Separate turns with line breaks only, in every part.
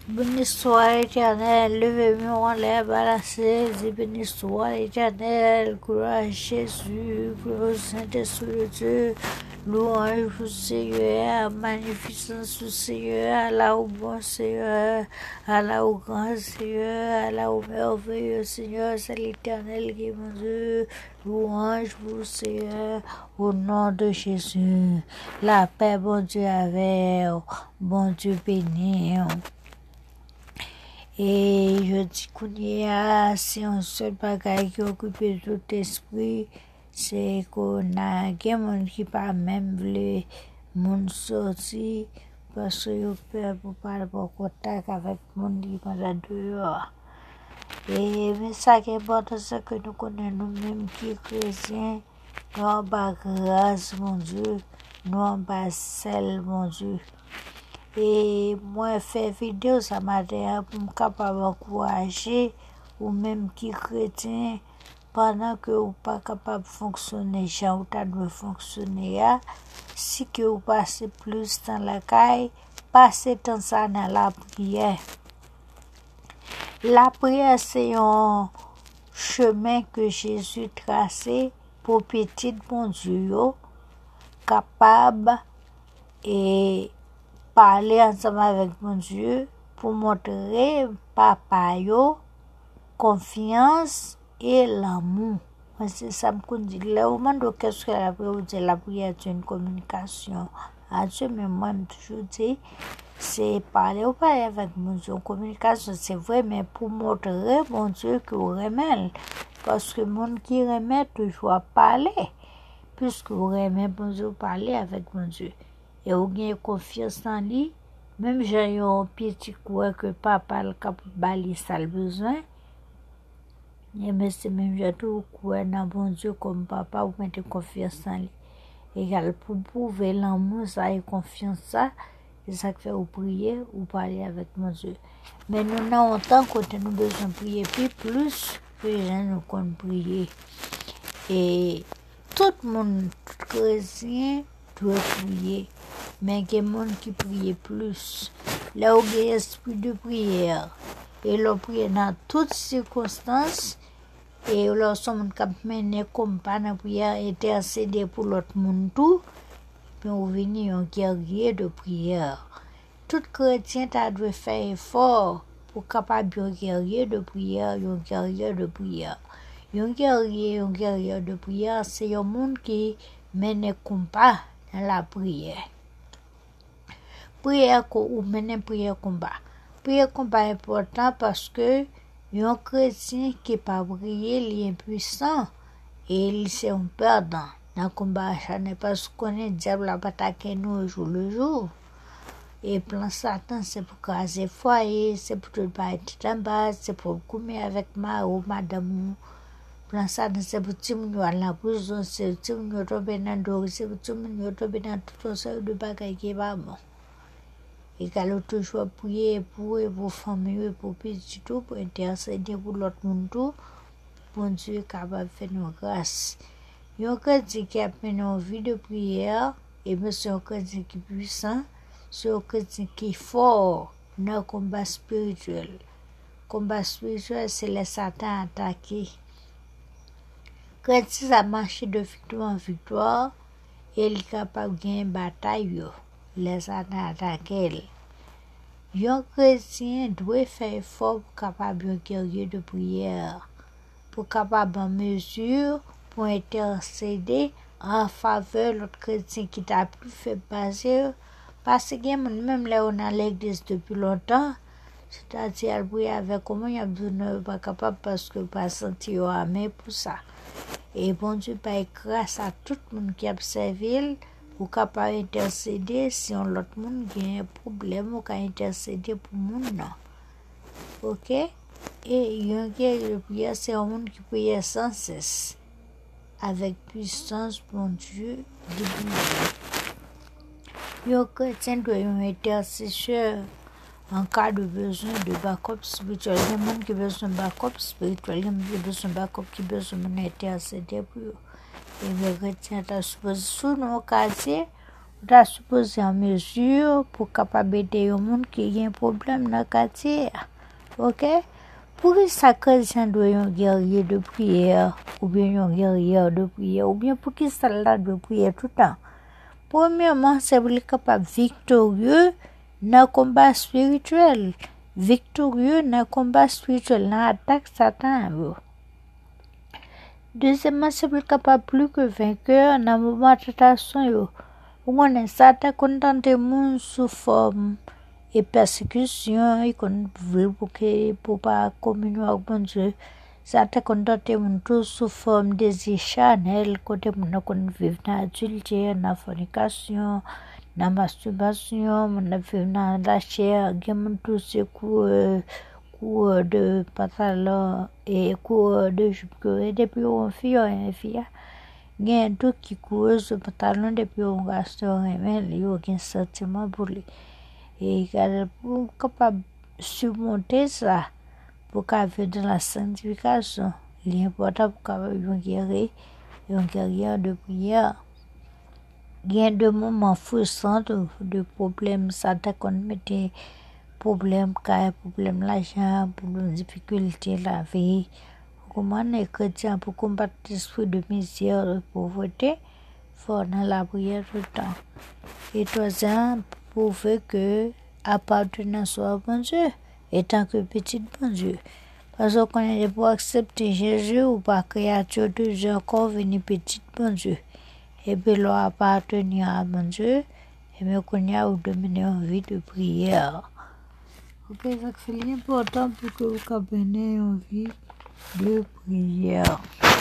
Béni soit l'Éternel, levez-moi en l'air balancé, béni soit l'Éternel, gloire à Jésus, gloire au Saint-Esprit de Dieu, louange au Seigneur, magnificence au Seigneur, Allah au bon Seigneur, Allah au grand Seigneur, Allah au merveilleux Seigneur, c'est l'Éternel qui est mon Dieu, louange au Seigneur, au nom de Jésus, la paix, bon Dieu avec, bon Dieu béni. Et je dis qu'on y a, c'est un seul bagage qui occupe tout esprit, c'est qu'on a des gens qui pas même voulu moun sorti parce que yo peur pour parler pour contact avec moun qui pendant dehors. Et mais ça qui est important c'est que nous connaissons nous-mêmes qui chrétiens, nous en bas grâce mon Dieu, nous en bas sel mon Dieu. Et moi faire vidéo ça m'a d'air pour me capable encourager ou même qui chrétien pendant que ou pas capable fonctionner genre ou ta doit fonctionner si que ou passer plus dans la caille passer temps ça dans la prière. La prière c'est un chemin que Jésus tracé pour petit bon Dieu capable et parler ensemble avec mon Dieu pour montrer papa yo confiance et l'amour. C'est ça me dit. Là au moment qu'est-ce que la prière est une communication à Dieu, mais moi je toujours dit c'est parler ou parler avec mon Dieu. Communication c'est vrai, mais pour montrer mon Dieu que vous remet, parce que mon qui remet toujours parler, puisque vous remet mon Dieu parler avec mon Dieu. Et vous avez confiance en lui, même j'ai un petit quoi que papa le cap bali ça le besoin. Et mais c'est même j'ai tout quoi dans bon Dieu comme papa vous mettez confiance en lui. Égal pour prouver l'amour ça et confiance ça, c'est ça que fait vous prier ou parler avec mon Dieu. Mais nous n'avons tant que nous besoin prier plus que les gens nous connaissent prier. Et tout le monde chrétien doit prier. Mais il y a des gens qui prient plus. Là où il y a l'esprit de prière, et l'on prie dans toutes circonstances, et lorsqu'on a mené comme pas dans la prière, intercéder pour l'autre monde tout, puis on vient un guerrier de prière. Tout chrétien doit faire effort pour capable un guerrier de prière, un guerrier de prière. Un guerrier de prière, c'est un monde qui mène combat dans la prière. Prière ou mener prière combat. Prière combat est important parce que un chrétien qui pas prier, il est impuissant et il c'est un perdant. Dans le combat, ça n'est pas ce qu'on est, diable a attaqué nous jour le jour. Et plan Satan, c'est pour casser foyer, c'est pour tout pas être en bas, c'est pour coumer avec ma ou madame. Plan Satan, c'est pour tout le monde à la prison, c'est pour tout le monde tomber dans le dos, c'est pour tout le monde tomber dans tout ça de bagaille qui va bon. Et qu'elle toujours prier pour famille, pour petit tout, pour intercéder pour l'autre monde tout, pour Dieu capable de faire nos grâces. Il y a un chrétien qui a mené une vie de prière, et c'est un chrétien qui est puissant, c'est un chrétien qui est fort dans le combat spirituel. Le combat spirituel, c'est les Satan attaqués. Chrétien, ça marche de victoire en victoire, et il est capable de gagner une bataille. Les Satan attaqués. Un chrétien doit faire effort pour capable un guerrier de prière, pour capable en mesure pour intercéder en faveur de l'autre chrétien qui t'a plus fait passer, parce que même là on a l'église depuis longtemps, c'est-à-dire elle prie avec comment il y a besoin pas capable parce que pas senti armé pour ça. Et bon Dieu paye grâce à tout le monde qui a servi ou capable intercéder si on l'autre monde qui a un problème ou qui intercéder pour monde non. OK? Et un guerrier de prière c'est un monde qui prie sans cesse avec puissance bon Dieu de Dieu. Un chrétien doit être un intercesseur en cas de besoin de backup spirituel. Il y a des gens qui ont besoin de backup spirituel, il y a des gens qui ont besoin de backup qui ont besoin d'intercéder pour eux. Et les chrétiens sont supposés sous nos quartiers, ou ta supposé en mesure pour capable aider un monde qui a un problème dans le quartier. OK? Pour que ça chrétien doit un guerrier de prière ou bien un guerrier de prière ou bien pour qu'il soit de prière tout le temps. Premièrement, c'est pour être capable victorieux dans le combat spirituel. Victorieux dans le combat spirituel, dans l'attaque Satan. Deuxièmement, c'est pour être capable plus que vainqueur dans le moment de tentation. On est Satan content de monde sous forme et persécution, il veut pour pas communier avec bon Dieu. Satan content de monde tout sous forme désir charnel, côté monde qu'on vivre dans l'adultère, dans la fornication, dans la masturbation, on vivre dans la chair, gagne tout ce cours de pantalon et cours de jupe depuis on fille et fille. Gagne tout qui court ce pantalon depuis on garçon et mais il y a aucun sentiment pour lui. Et pour capable surmonter ça, pour qu'avec de la sanctification, l'important pour qu'avec un guerrier de prière. Il y a des moments frustrants de problèmes, ça t'a qu'on mettait problème l'argent, problème difficulté la vie. Comment les chrétiens pour combattre l'esprit de misère, de pauvreté, faut dans la prière tout le temps. Et troisième, prouver que appartenance au bon Dieu, étant que petit bon Dieu. Parce qu'on est pour accepter Jésus ou pas créature de Dieu encore venir petit bon Dieu. Et puis leur appartenir à bon Dieu, et bien qu'on y a ou dominer une vie de prière. Ok, ça c'est important pour que vous ayez une vie de prière.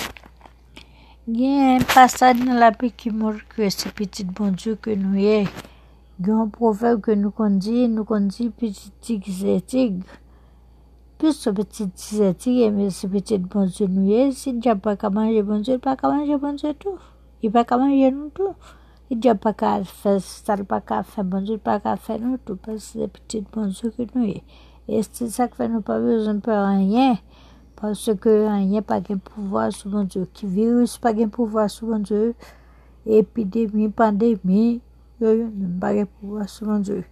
Il y a un passage dans la Bible qui montre que c'est petit bon Dieu que nous est. Il y a un proverbe que nous dit petit tigre c'est tigre. Plus ce petit c'est tigre, mais c'est petit bon Dieu nous est. Si Dieu n'a pas qu'à manger bon Dieu, il n'a pas qu'à manger bon Dieu tout. Il n'a pas qu'à manger nous tout. Il n'a pas qu'à faire ça, il n'a pas qu'à faire bon Dieu, il n'a pas qu'à faire nous tout. Parce que c'est petit bon Dieu que nous est. Et c'est ça qui fait nous pas besoin de faire rien. Parce que rien pas de pouvoir sur mon Dieu. Qui virus pas de pouvoir sur mon Dieu. Épidémie, pandémie, pas de pouvoir sur mon Dieu.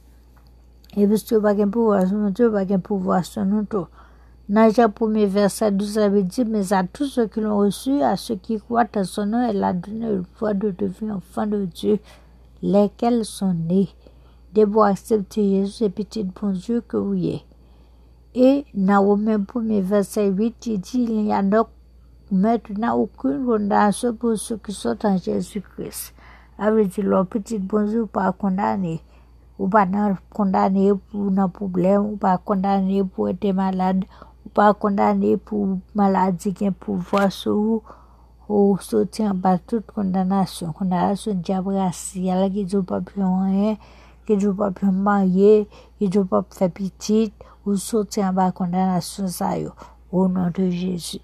Et parce que pas de pouvoir sur mon Dieu, pas de pouvoir sur nous tous. Dans Jean 1er verset 12, ça veut dire, mais à tous ceux qui l'ont reçu, à ceux qui croient en son nom, elle a donné le pouvoir de devenir enfants de Dieu, lesquels sont nés. De pouvoir accepter Jésus et petit bon Dieu que vous y êtes. Et dans Romains 1er verset 8, il dit, il n'y a donc maintenant aucune condamnation pour ceux qui sont en Jésus-Christ. Ça veut dire, leur petit bon Dieu pas condamné. Ou pas condamné pour un problème, ou pas condamné pour être malade, ou pas condamné pour maladie qui a pouvoir sur ou sortir en bas toute condamnation. Condamnation diabrasiale qui ne pas plus rien, qui ne pas plus marier, qui ne pas faire petite, ou sortir en bas condamnation ça yo, au nom de Jésus.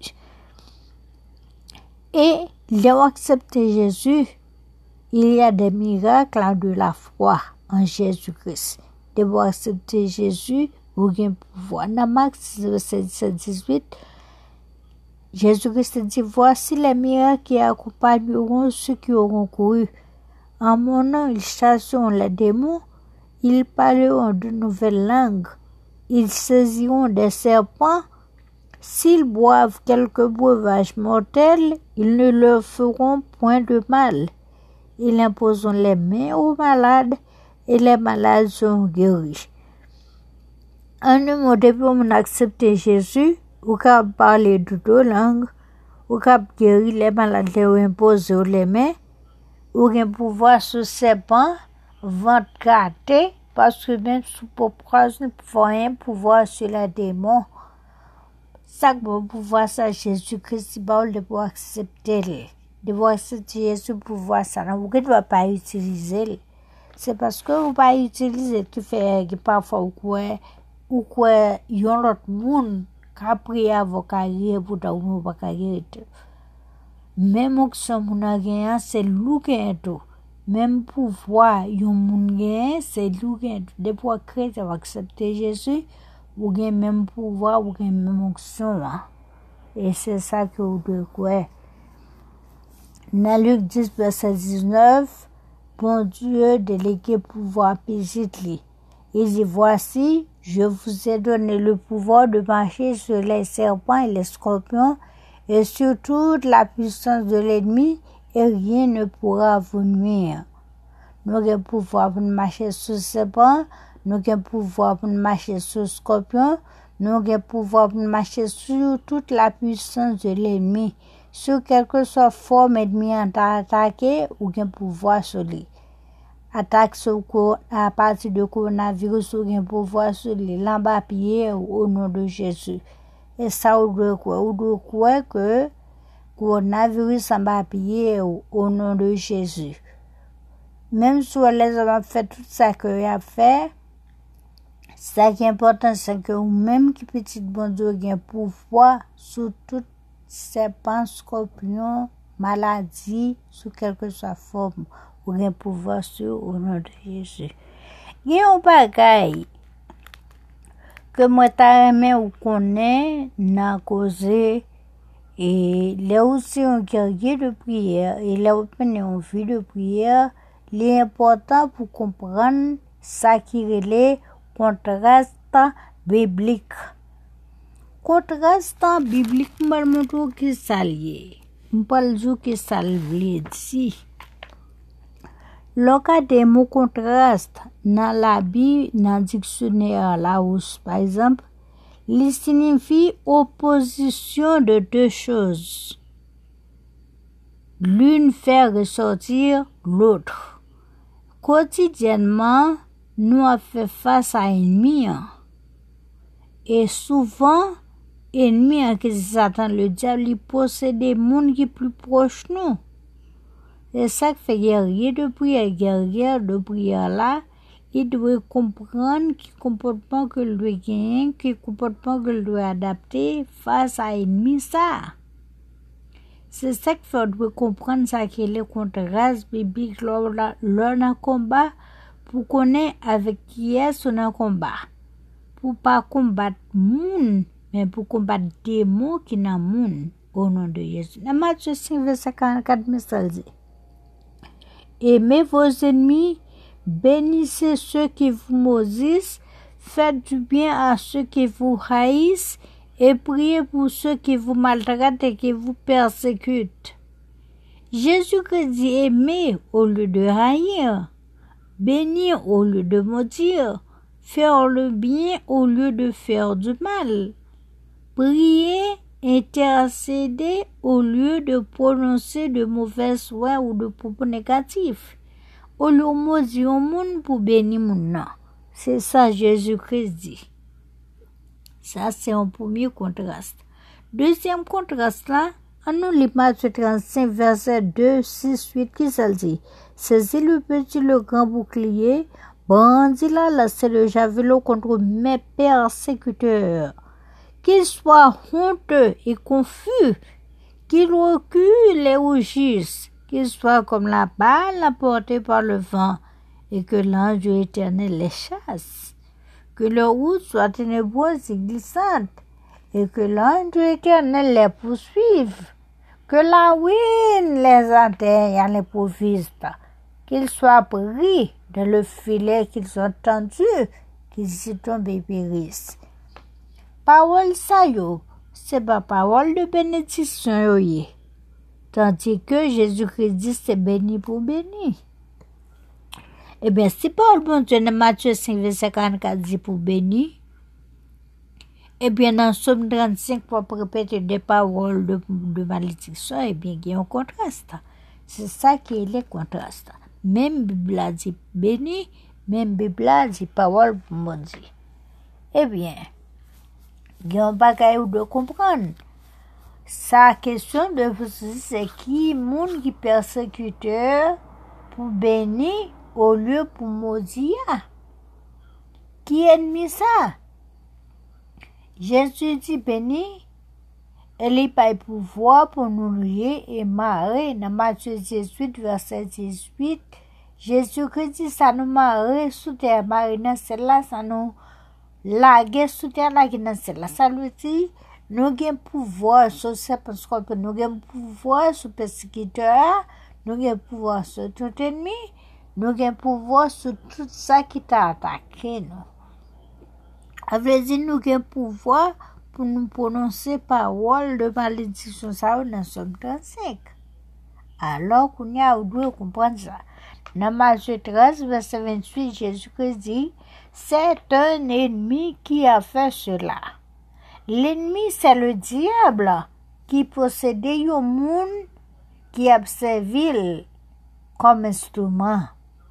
Et les accepter Jésus, il y a des miracles de la foi en Jésus-Christ. De vous accepter Jésus, vous avez un pouvoir. Dans Marc 18, Jésus-Christ dit, voici les miracles qui accompagneront ceux qui auront couru. En mon nom, ils chasseront les démons, ils parleront de nouvelles langues, ils saisiront des serpents, s'ils boivent quelques breuvages mortels, ils ne leur feront point de mal. Ils imposeront les mains aux malades et les malades seront guéris. En un mot, depuis qu'on accepte Jésus, ou qu'on parle de deux langues, ou qu'on guérit les malades, ou imposer les mains, ou qu'on pouvoir sur serpent, ventre gâté, parce que même sous propre ne pouvons rien pouvoir sur les démons. Ça bon pouvoir ça Jésus-Christ de pouvoir accepter de pouvoir accepter Jésus pour voir ça vous ne doit pas utiliser c'est parce que vous pas utiliser qui fait que parfois ou quoi yon l'autre monde qu'a pris avocat pour ta ou pas carrière même onction mon gain c'est louquin tout même pouvoir yon moun gain c'est louquin de pouvoir créer accepter Jésus ou gain même pouvoir ou gain même onction et c'est ça que vous devez croire. Dans Luc 10 verset 19 bon Dieu délégué pouvoir petit li. Il dit, voici, je vous ai donné le pouvoir de marcher sur les serpents et les scorpions et sur toute la puissance de l'ennemi et rien ne pourra vous nuire. Nous avons le pouvoir pour marcher sur les serpents, nous avons le pouvoir pour marcher sur les scorpions, nous avons le pouvoir pour marcher sur toute la puissance de l'ennemi. Sur quelque soit forme ennemi à attaquer, ou bien pouvoir sur lui. Attaque à partir de coronavirus ou bien pouvoir sur lui. L'en-bas pied au nom de Jésus. Et ça, on doit croire que coronavirus en bas pied au nom de Jésus. Même si les hommes fait tout ça que a fait, ça qui est important, c'est que même qui petit bon Dieu a pouvoir sur tout serpent, scorpion, maladie, sous quelque soit forme, ou bien pouvoir sur au nom de Jésus. Il y a un bagay que moi ta aimé ou connaît n'a causé et là aussi un guerrier de prière et là on une vie de prière, l'important pour comprendre ça qui relève contraste biblique. Contraste biblique me montre que ça lié. On parle du que ça veut dire. Lorsqu'il y a des mots contraste dans la Bible, dans le dictionnaire Larousse par exemple, il signifie opposition de deux choses. L'une fait ressortir l'autre. Quotidiennement, nous avons fait face à l'ennemi. Et souvent, l'ennemi, que Satan, le diable, il possède des mondes qui sont plus proches de nous. C'est ça qui fait guerrier de prière là, il doit comprendre quel comportement que il doit gagner, quel comportement que il doit adapter face à l'ennemi ça. C'est ça qu'il faut doit comprendre ça qui est le contraste biblique lors d'un combat pour connaître avec qui est son combat. Pour pas combattre moun, mais pour combattre des mots qui n'a moun au nom de Jésus. Dans Matthieu 5 verset 44 message dit: aimez vos ennemis, bénissez ceux qui vous maudissent, faites du bien à ceux qui vous haïssent et priez pour ceux qui vous maltraitent et qui vous persécutent. Jésus-Christ dit aimer au lieu de haïr, bénir au lieu de maudire, faire le bien au lieu de faire du mal, prier, intercéder au lieu de prononcer de mauvaises voix ou de propos négatifs, au lieu de maudire au monde pour bénir mon nom. C'est ça Jésus-Christ dit. Ça c'est un premier contraste. Deuxième contraste là, en nous lit Matthieu 35 verset 2, 6, 8 qui ça dit: saisis le petit, le grand bouclier, bandit là, lancez le javelot contre mes persécuteurs. Qu'ils soient honteux et confus, qu'ils reculent et rougissent, qu'ils soient comme la balle apportée par le vent, et que l'ange éternel les chasse. Que leur route soit ténébreuse et glissante, et que l'ange éternel les poursuive. Que la ruine les atteigne à l'improviste, qu'ils soient pris dans le filet qu'ils ont tendu, qu'ils s'y tombent et périssent. Parole ça yo, c'est pas parole de bénédiction yo. Tandis que Jésus-Christ dit c'est béni pour béni. Eh bien, si Paul bon Dieu dans Matthieu 5 verset 44 dit pour béni, eh bien dans Somme 35 pour répéter des paroles de malédiction, eh bien il y a un contraste. C'est ça qui est le contraste. Même Bible a dit béni, même Bible a dit parole pour mon Dieu. Eh bien, il y a un bagage où de comprendre. Sa question de vous c'est qui monde qui persécuteur pour bénir au lieu pour maudire. Qui ennemi ça? Jésus dit béni, elle est pas pouvoir pour nous nourrir et marrer. Dans Matthieu 18 verset 18, Jésus-Christ dit ça nous marrer sous terre, marrer dans celle-là, ça nous laguer sous terre, laguer dans celle-là. Ça veut dire nous avons pouvoir sur ces parce nous avons pouvoir sur persécuteur, nous avons pouvoir sur tout ennemi, nous avons pouvoir sur tout ça qui t'a attaqué, nous. Ça veut dire nous avons pouvoir pour nous prononcer parole de malédiction ça dans Somme 35. Alors qu'on y a dû comprendre ça. Dans Matthieu 13, verset 28, Jésus-Christ dit, c'est un ennemi qui a fait cela. L'ennemi, c'est le diable qui possédait un monde qui a servi comme instrument.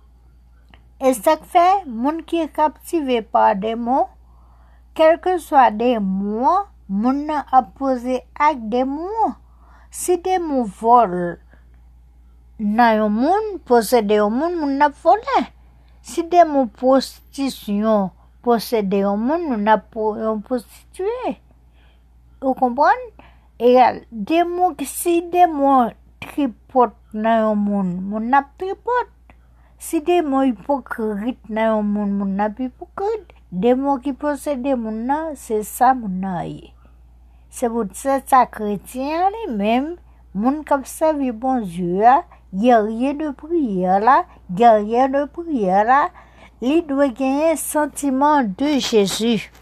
Et ça fait, monde qui est captivé par des mots, quel que soit des mots, monde a posé avec des mots. Si des mots volent, dans un monde, posséder un monde, moun n'a volé. Si des mots prostitution, posséder un monde, moun n'a prostitué. Vous comprenez? Et des mots, si des mots tripotent dans un monde, moun n'a tripote. Si des mots hypocrites dans un monde, moun n'a hypocrite. Des mots qui possèdent des moun, c'est ça moun n'a. C'est pour ça chrétien lui-même, moun qui servi bon Dieu, guerrier de prière là, guerrier de prière là, il doit gagner un sentiment de Jésus.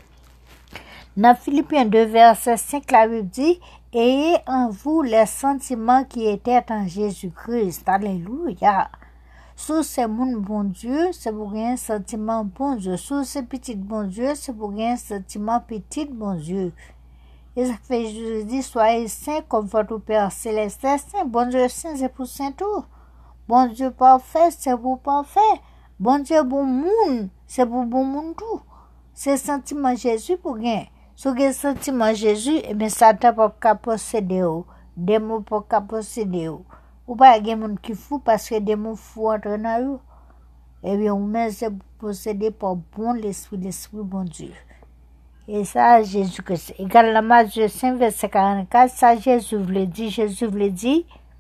Dans Philippiens 2, verset 5, la Bible dit, ayez en vous les sentiments qui étaient en Jésus-Christ. Alléluia. Sous ces moun bon Dieu, c'est pour gagner un sentiment bon Dieu. Sous ces petits bon Dieu, c'est pour gagner un sentiment petit bon Dieu. Et ça fait, je dis, soyez saints comme votre Père céleste est saint. Bon Dieu saint, c'est pour saint tout. Bon Dieu parfait, c'est pour parfait. Bon Dieu bon monde, c'est pour bon monde tout. C'est sentiment Jésus pour gagner. Si vous avez sentiment Jésus, eh bien, Satan ne peut pas posséder. Des mots ne peuvent pas posséder. Ou pas, il y a des gens qui font parce que des mots fous entrent dans eux. Eh bien, vous même c'est possédé par bon l'esprit bon Dieu. Et ça, Jésus-Christ. Égal la Matthieu 5, verset 44, ça, Jésus voulait dire,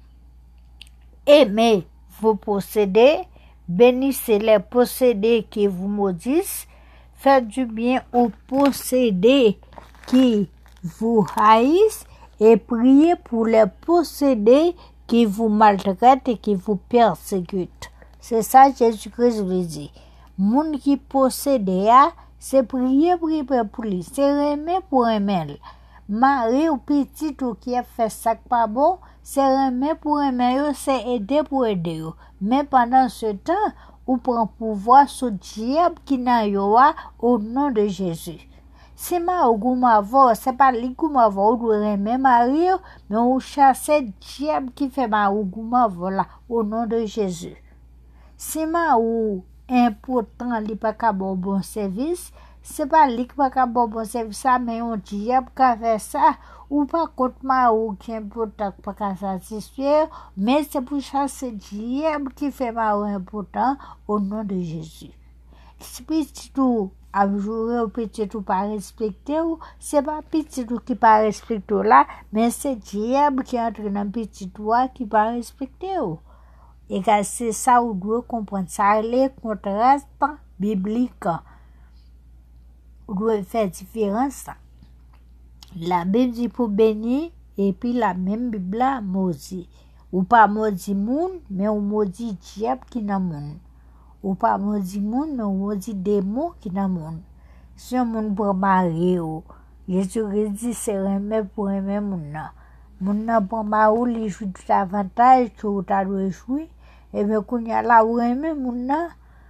aimez vos possédés, bénissez les possédés qui vous maudissent, faites du bien aux possédés qui vous haïssent, et priez pour les possédés qui vous maltraitent et qui vous persécutent. C'est ça, Jésus-Christ voulait dire. Moun qui possède, c'est prier pour lui, c'est remettre pour aimer. Marie ou petit ou qui a fait ça pas bon, c'est remettre pour aimer, c'est aider pour aider. Mais pendant ce temps, ou prend pouvoir sur diable qui n'a yoa au nom de Jésus. Si ma ou goumavo, c'est pas li goumavo ou doit remettre Marie, mais ou chasser diable qui fait ma ou goumavo là au nom de Jésus. Si ma ou important li pas ka bon service, c'est pas li pas ka bon service ça mais on diable ka fait ça ou pas contre ma ou qui important pas ka satisfaire mais c'est pour chasser diable qui fait ma ou important au nom de Jésus. Si petit tout a joué au petit tout pas respecter ou c'est pas petit tout qui pas respecter là mais c'est diable qui entre dans petit tout qui pas respecter ou. Et c'est ça où doit comprendre ça les contrastes bibliques. On doit faire différence. La Bible dit pour bénir et puis la même Bible là maudit. Ou pas maudit moun mais on maudit diable qui dans moun. Ou pas maudit moun mais on maudit démon qui dans moun. Si un moun pour marier ou Jésus dit c'est remède pour aimer moun nan. Moun nan pour marier li joue tout avantage que ou ta doit jouer. Et bien, quand il y a là où aimer moun nan,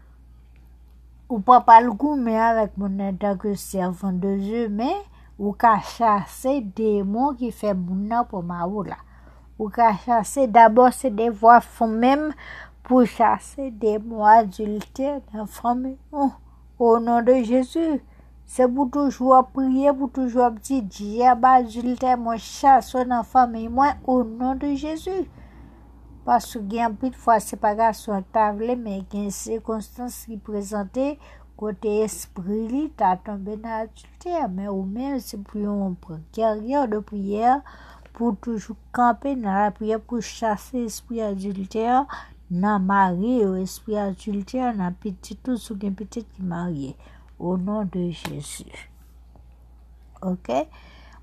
ou pas le goût, mais avec mon en tant que servant de Dieu, mais ou ka chasser des mots qui fait moun nan pour ma ou là. Ou ka chasser, d'abord c'est des voix font même pour chasser des mots adultères dans la famille. Au nom de Jésus, c'est pour toujours prier, pour toujours dire diable adultère, moi chasse dans la famille, moi au nom de Jésus. Parce que il y a une fois c'est pas garçon table mais il y a une circonstance qui présentée côté esprit li t'a tombé dans l'adultère mais ou même c'est pour on prend carrière de prière pour toujours camper dans la prière pour chasser l'esprit adultère dans mari ou esprit adultère dans petit tout ce qui petit qui marié au nom de Jésus. OK?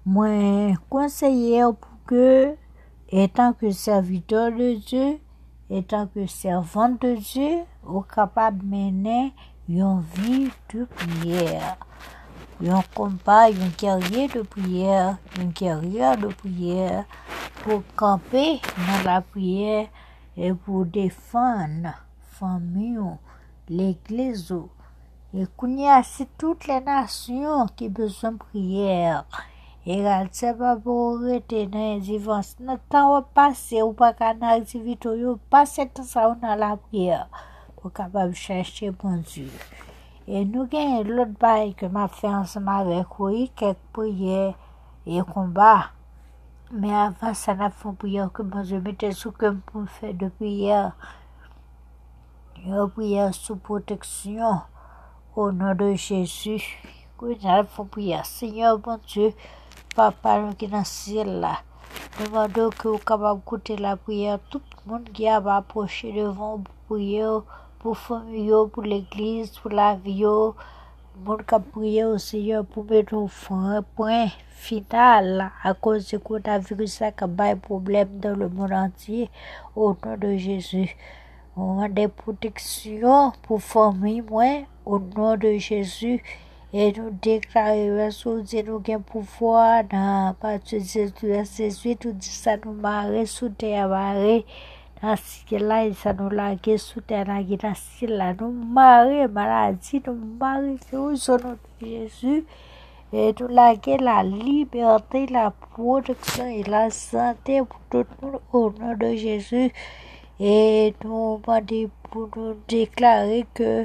Moi conseiller pour que étant que serviteur de Dieu, Étant que servante de Dieu, ou capable de mener une vie de prière. Un combat, un guerrier de prière, une guerrière de prière pour camper dans la prière et pour défendre la famille, l'église. Et qu'on y a c'est toutes les nations qui ont besoin de prière. Et elle ne pas pour arrêter dans les événements. Le temps va passer, ou pas qu'à l'activité, ou passer tout ça dans la prière pour capable chercher bon Dieu. Et nous avons l'autre bail que m'a fait ensemble avec lui, quelques prières et combats. Mais avant ça, n'a fait une prière que moi je mettais sous comme pour faire de prière. Une prière sous protection au nom de Jésus. Nous avons fait une prière. Seigneur, bon Dieu, Papa qui est dans le ciel là. Demandons que vous capable d'écouter la prière. Tout le monde qui va approcher devant pour prier. Pour famille, pour l'église, pour la vie, le monde qui a prié au Seigneur pour mettre un point final à cause du coronavirus qui a des problèmes dans le monde entier. Au nom de Jésus, on a des protections pour famille, au nom de Jésus. Et nous déclarons, nous avons pouvoir dans partir de verset 8, tout dit ça nous marrer sous terre marrer. Ainsi là, ça nous lague sous terre, ainsi là, nous marrer maladie, nous marrer au nom de Jésus, et nous laguer la liberté, la protection et la santé pour tout le monde au nom de Jésus. Et nous demandons pour nous déclarer que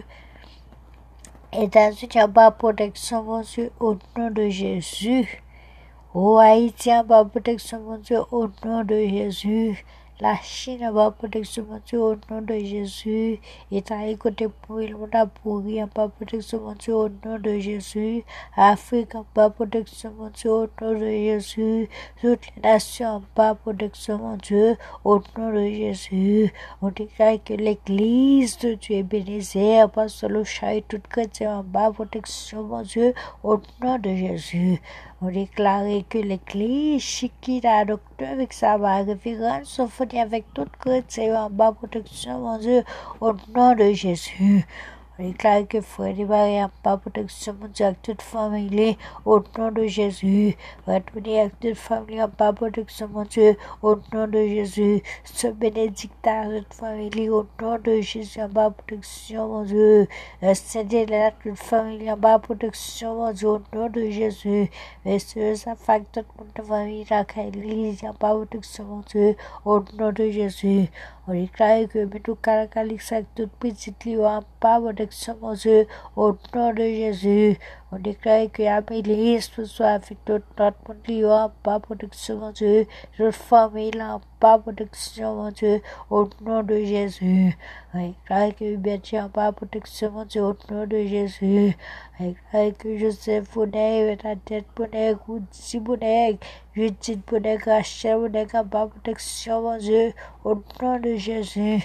États-Unis a pas protection, mon Dieu, au nom de Jésus. Au Haïti a pas protection, mon Dieu, au nom de Jésus. La Chine a pas protection, mon Dieu, au nom de Jésus. Italie côté pourri, le monde a pourri, a pas protection, mon Dieu, au nom de Jésus. Afrique a pas protection, mon Dieu, au nom de Jésus. Toutes les nations a pas protection, mon Dieu, au nom de Jésus. On déclare que l'église de Dieu est bénie, parce que le chat et tout chrétien en bas protection, mon Dieu, au nom de Jésus. On déclare que l'église Chiquita, docteur avec sa révérence, sophonie avec toute chrétien en bas protection, mon Dieu, au nom de Jésus. On déclare que frère et Marie en bas protection, mon Dieu, avec toute famille, au nom de Jésus. Retournez avec toute famille en bas protection, mon Dieu, au nom de Jésus. Ce bénédictat, toute famille, au nom de Jésus, en bas protection, mon Dieu. Restez là, toute famille en bas protection, mon Dieu, au nom de Jésus. Messieurs, ça fait que toute mon famille, la l'église, en bas protection, mon Dieu, au nom de Jésus. On déclare que tout caracalix avec toute petite lion en bas protection, mon Dieu, au nom de Jésus. On déclare que Amélie soit avec toute notre monde lion en bas protection, mon Dieu, toute famille en bas protection, mon Dieu, au nom de Jésus. On déclare que Hubert en bas protection, mon Dieu, au nom de Jésus. On déclare que Joseph Bonneg, la tête Bonneg, Goudzi Bonneg, Judith Bonneg, Rachel Bonneg en bas protection, mon Dieu, au nom de Jésus.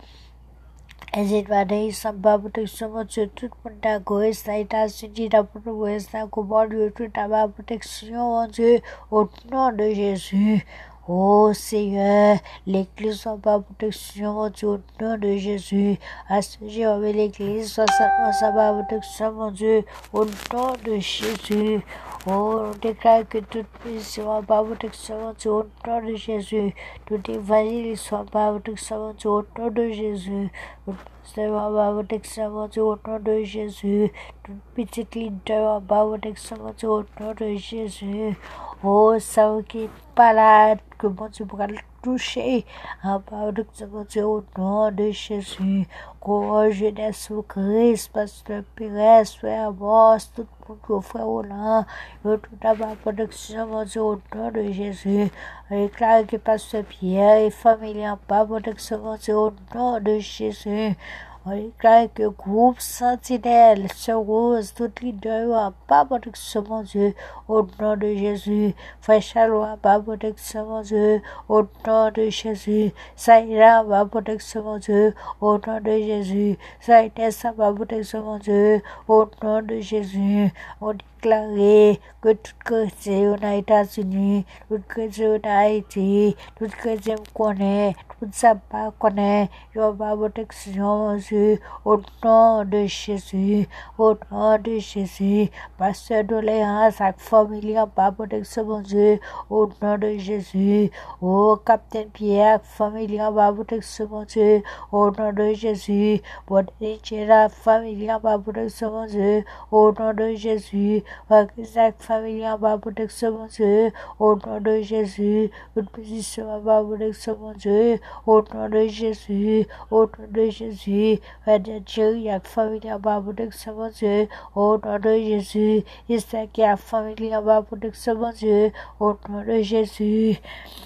Ezilvadei samba protection, mon Dieu, tout le monde a goué, ça États-Unis, la province, la commande, tout à ma protection, mon Dieu, au nom de Jésus. Oh Seigneur, l'église soit pas protection, mon Dieu, au nom de Jésus. À ce jour, l'église soit pas protection, mon Dieu, au nom de Jésus. Oh, on déclare que toute puissance soit pas protection, mon Dieu, au nom de Jésus. Tout évangile soit pas protection, mon Dieu, au nom de Jésus. C'est ma protection, mon Dieu, au nom de Jésus. Toute petite leader, ma protection, mon Dieu, au nom de Jésus. Oh, ça qui est malade, que mon Dieu pourra le toucher. En protection, mon Dieu, au nom de Jésus. Oh, jeunesse au Christ, pasteur Pires, frère Boss, tout le monde, frère Roland, tout à ma protection, mon Dieu, au nom de Jésus. On déclare que pasteur Pierre et famille en bas protection, mon Dieu, au nom de Jésus. On déclare que groupe sentinelle se rose, tout leader en bas protection, mon Dieu, au nom de Jésus. Frère Chalot en bas protection, mon Dieu, au nom de Jésus. Saïda en bas protection, mon Dieu, au nom de Jésus. Saïda en bas protection, mon Dieu, au nom de Jésus. On déclare que tout chrétien aux États-Unis, tout chrétien en Haïti, tout chrétien connaît, tout ça pas connaît, il y a pas protection, Dieu, au nom de Jésus, au nom de Jésus, pasteur Doléance, avec famille, en pas protection, mon Dieu, au nom de Jésus, au capitaine Pierre, famille, en pas protection, mon Dieu, au nom de Jésus, bonne la famille, en pas protection, mon Dieu, au nom de Jésus, Isaac, famille, en pas protection, mon Dieu, au nom de Jésus, une position en pas protection, mon Dieu, au nom de Jésus, au nom de Jésus, Dieu, avec famille, en pas protection, mon Dieu, au nom de Jésus, Isaac, avec famille, en pas protection, mon Dieu, au nom de Jésus.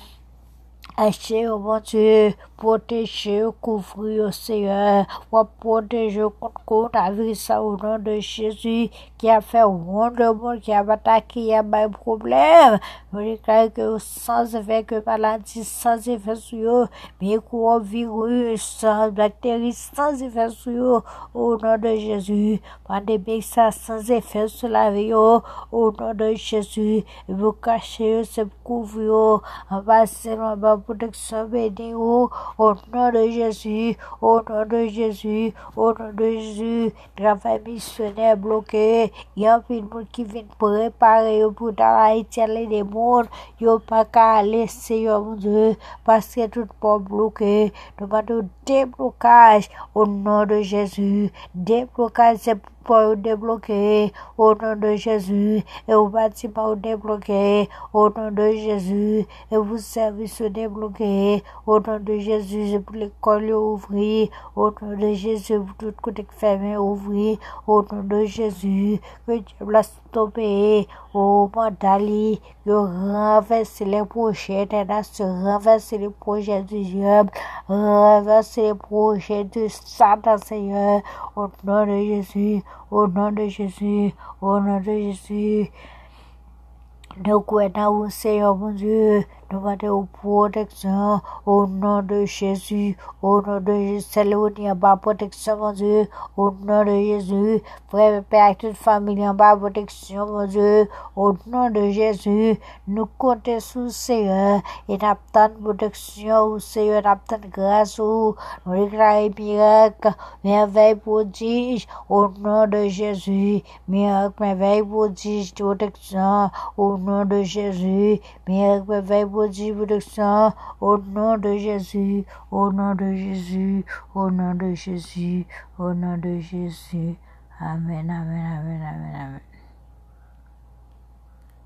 Achetez, oh mon Dieu, protégez, couvrir, Seigneur, pour protéger contre la vie, ça au nom de Jésus, qui a fait honte au monde, qui a attaqué, qui a pas de problème. Je déclare que sans effet, que maladie, sans effet sur eux, microvirus, sans bactéries, sans effet sur eux, au nom de Jésus. Pandémie, ça sans effet sur la vie, au nom de Jésus. Vous cachez, c'est couvrir, en passant, protection bénie au nom de Jésus, au nom de Jésus, au nom de Jésus. Travail missionnaire bloqué, il y a un monde qui vient préparer pour dans Haïti aller des mondes, il n'y a pas qu'à aller, Seigneur mon Dieu, parce que tout pas bloqué. Nous demandons déblocage au nom de Jésus, déblocage c'est pour débloquer au nom de Jésus, et au bâtiment débloqué au nom de Jésus, et vos services débloqués au nom de Jésus, pour l'école ouvrir au nom de Jésus, pour tout côté fermé ouvrir au nom de Jésus, que Dieu laisse tomber au Mandali, que renverser les projets des nations, renverser les projets du diable, renverser les projets de Satan, Seigneur, au nom de Jésus, au nom de Jésus, au nom de Jésus. Nous croyons, Seigneur mon Dieu, nous demandons protection au nom de Jésus, au nom de Jésus, c'est le en bas protection, mon Dieu, au nom de Jésus, frère, père, toute famille en bas protection, mon Dieu, au nom de Jésus, nous comptons sur Seigneur, et nous attendons protection, Seigneur, nous attendons grâce, nous déclarons miracle, merveille, prodige, au nom de Jésus, miracle, merveille, prodige, protection, au nom de Jésus, miracle, merveille, prodige, protection, au nom de Jésus, au nom de Jésus, au nom de Jésus, au nom de Jésus. Amen, amen, amen, amen, amen.